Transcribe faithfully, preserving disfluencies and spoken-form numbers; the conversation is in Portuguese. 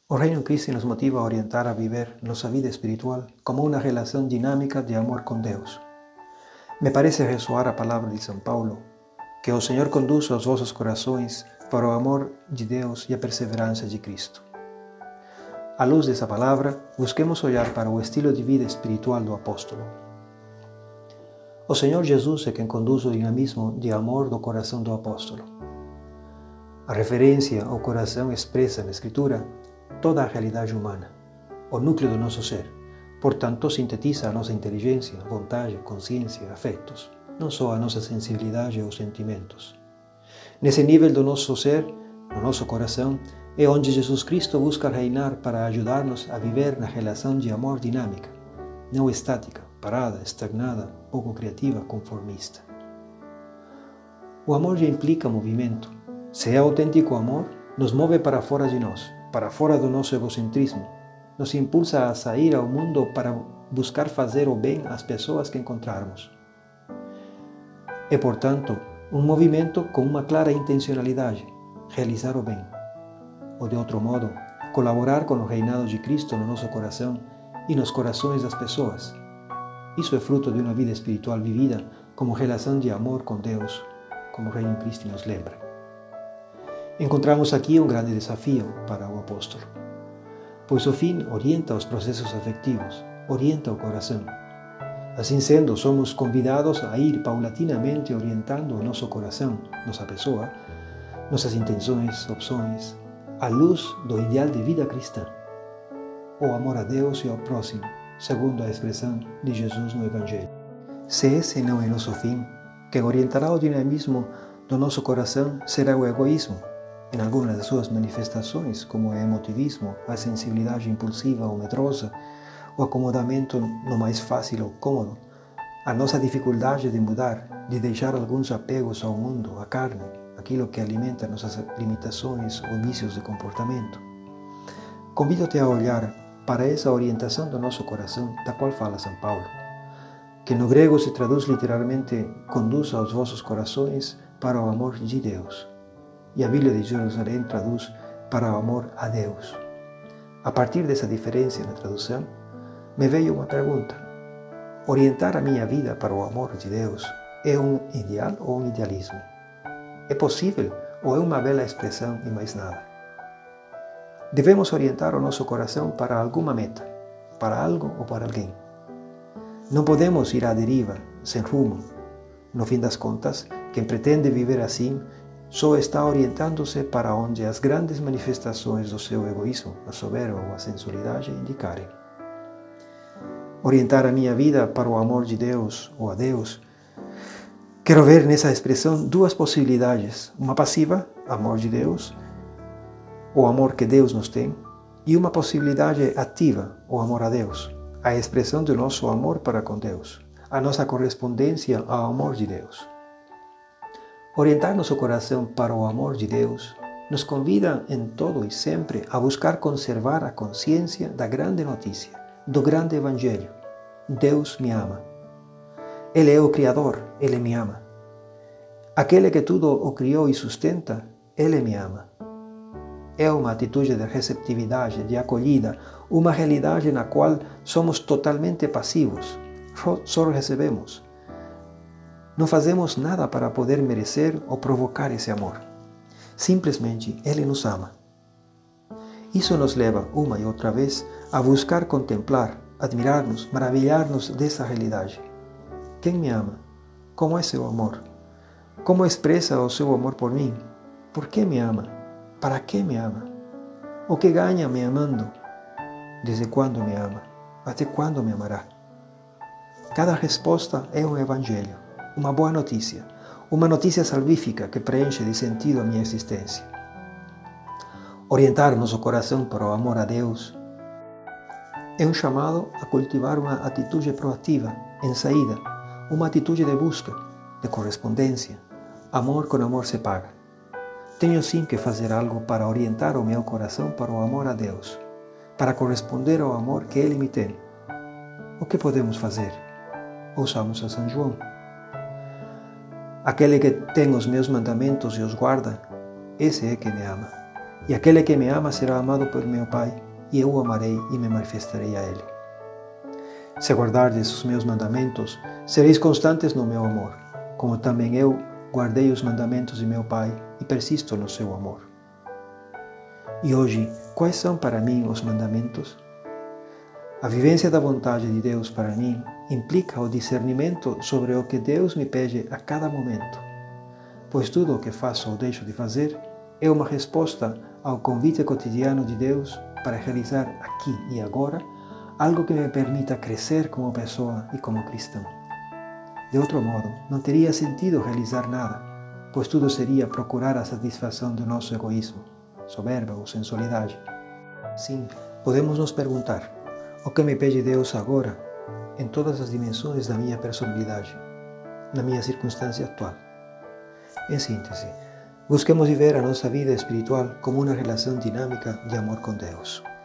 O Reino Cristo nos motiva a orientar a viver nossa vida espiritual como uma relação dinâmica de amor com Deus. Me parece ressoar a palavra de São Paulo, que o Senhor conduza os vossos corações para o amor de Deus e a perseverança de Cristo. À luz dessa palavra, busquemos olhar para o estilo de vida espiritual do apóstolo. O Senhor Jesus é quem conduz o dinamismo de amor do coração do apóstolo. A referência ao coração expressa na Escritura toda a realidade humana, o núcleo do nosso ser. Portanto, sintetiza a nossa inteligência, vontade, consciência, afetos, não só a nossa sensibilidade ou sentimentos. Nesse nível do nosso ser, no nosso coração, é onde Jesus Cristo busca reinar para ajudar-nos a viver na relação de amor dinâmica, não estática, parada, estagnada, pouco criativa, conformista. O amor já implica movimento. Se é autêntico amor, nos move para fora de nós, para fora do nosso egocentrismo, nos impulsa a sair ao mundo para buscar fazer o bem às pessoas que encontrarmos. É, portanto, um movimento com uma clara intencionalidade, realizar o bem. Ou, de outro modo, colaborar com o reinado de Cristo no nosso coração e nos corações das pessoas. Isso é fruto de uma vida espiritual vivida como relação de amor com Deus, como o Reino Cristo nos lembra. Encontramos aqui um grande desafio para o apóstolo, pois o fim orienta os processos afetivos, orienta o coração. Assim sendo, somos convidados a ir paulatinamente orientando o nosso coração, nossa pessoa, nossas intenções, opções, à luz do ideal de vida cristã, o amor a Deus e ao próximo, segundo a expressão de Jesus no Evangelho. Se esse não é nosso fim, quem orientará o dinamismo do nosso coração será o egoísmo, em algumas das suas manifestações, como o emotivismo, a sensibilidade impulsiva ou medrosa, o acomodamento no mais fácil ou cômodo, a nossa dificuldade de mudar, de deixar alguns apegos ao mundo, à carne, aquilo que alimenta nossas limitações ou vícios de comportamento. Convido-te a olhar para essa orientação do nosso coração, da qual fala São Paulo, que no grego se traduz literalmente conduza os vossos corações para o amor de Deus. E a Bíblia de Jerusalém traduz para o amor a Deus. A partir dessa diferença na tradução, me veio uma pergunta. Orientar a minha vida para o amor de Deus é um ideal ou um idealismo? É possível ou é uma bela expressão e mais nada? Devemos orientar o nosso coração para alguma meta, para algo ou para alguém. Não podemos ir à deriva, sem rumo. No fim das contas, quem pretende viver assim só está orientando-se para onde as grandes manifestações do seu egoísmo, a soberba ou a sensualidade indicarem. Orientar a minha vida para o amor de Deus ou a Deus, quero ver nessa expressão duas possibilidades. Uma passiva, amor de Deus, o amor que Deus nos tem, e uma possibilidade ativa, o amor a Deus, a expressão do nosso amor para com Deus, a nossa correspondência ao amor de Deus. Orientar nosso coração para o amor de Deus nos convida em todo e sempre a buscar conservar a consciência da grande notícia, do grande Evangelho. Deus me ama. Ele é o Criador, Ele me ama. Aquele que tudo o criou e sustenta, Ele me ama. É uma atitude de receptividade, de acolhida, uma realidade na qual somos totalmente passivos, só recebemos. Não fazemos nada para poder merecer ou provocar esse amor. Simplesmente Ele nos ama. Isso nos leva, uma e outra vez, a buscar contemplar, admirar-nos, maravilhar-nos dessa realidade. Quem me ama? Como é seu amor? Como expressa o seu amor por mim? Por que me ama? Para que me ama? O que ganha me amando? Desde quando me ama? Até quando me amará? Cada resposta é um evangelho. Uma boa notícia, uma notícia salvífica que preenche de sentido a minha existência. Orientar nosso coração para o amor a Deus é um chamado a cultivar uma atitude proativa, em saída, uma atitude de busca, de correspondência. Amor com amor se paga. Tenho sim que fazer algo para orientar o meu coração para o amor a Deus, para corresponder ao amor que Ele me tem. O que podemos fazer? Ouçamos a São João. Aquele que tem os meus mandamentos e os guarda, esse é que me ama. E aquele que me ama será amado por meu Pai, e eu o amarei e me manifestarei a ele. Se guardardes os meus mandamentos, sereis constantes no meu amor, como também eu guardei os mandamentos de meu Pai e persisto no seu amor. E hoje, quais são para mim os mandamentos? A vivência da vontade de Deus para mim implica o discernimento sobre o que Deus me pede a cada momento, pois tudo o que faço ou deixo de fazer é uma resposta ao convite cotidiano de Deus para realizar aqui e agora algo que me permita crescer como pessoa e como cristão. De outro modo, não teria sentido realizar nada, pois tudo seria procurar a satisfação do nosso egoísmo, soberba ou sensualidade. Sim, podemos nos perguntar: o que me pede Deus agora, em todas as dimensões da minha personalidade, na minha circunstância atual? Em síntese, busquemos viver a nossa vida espiritual como uma relação dinâmica de amor com Deus.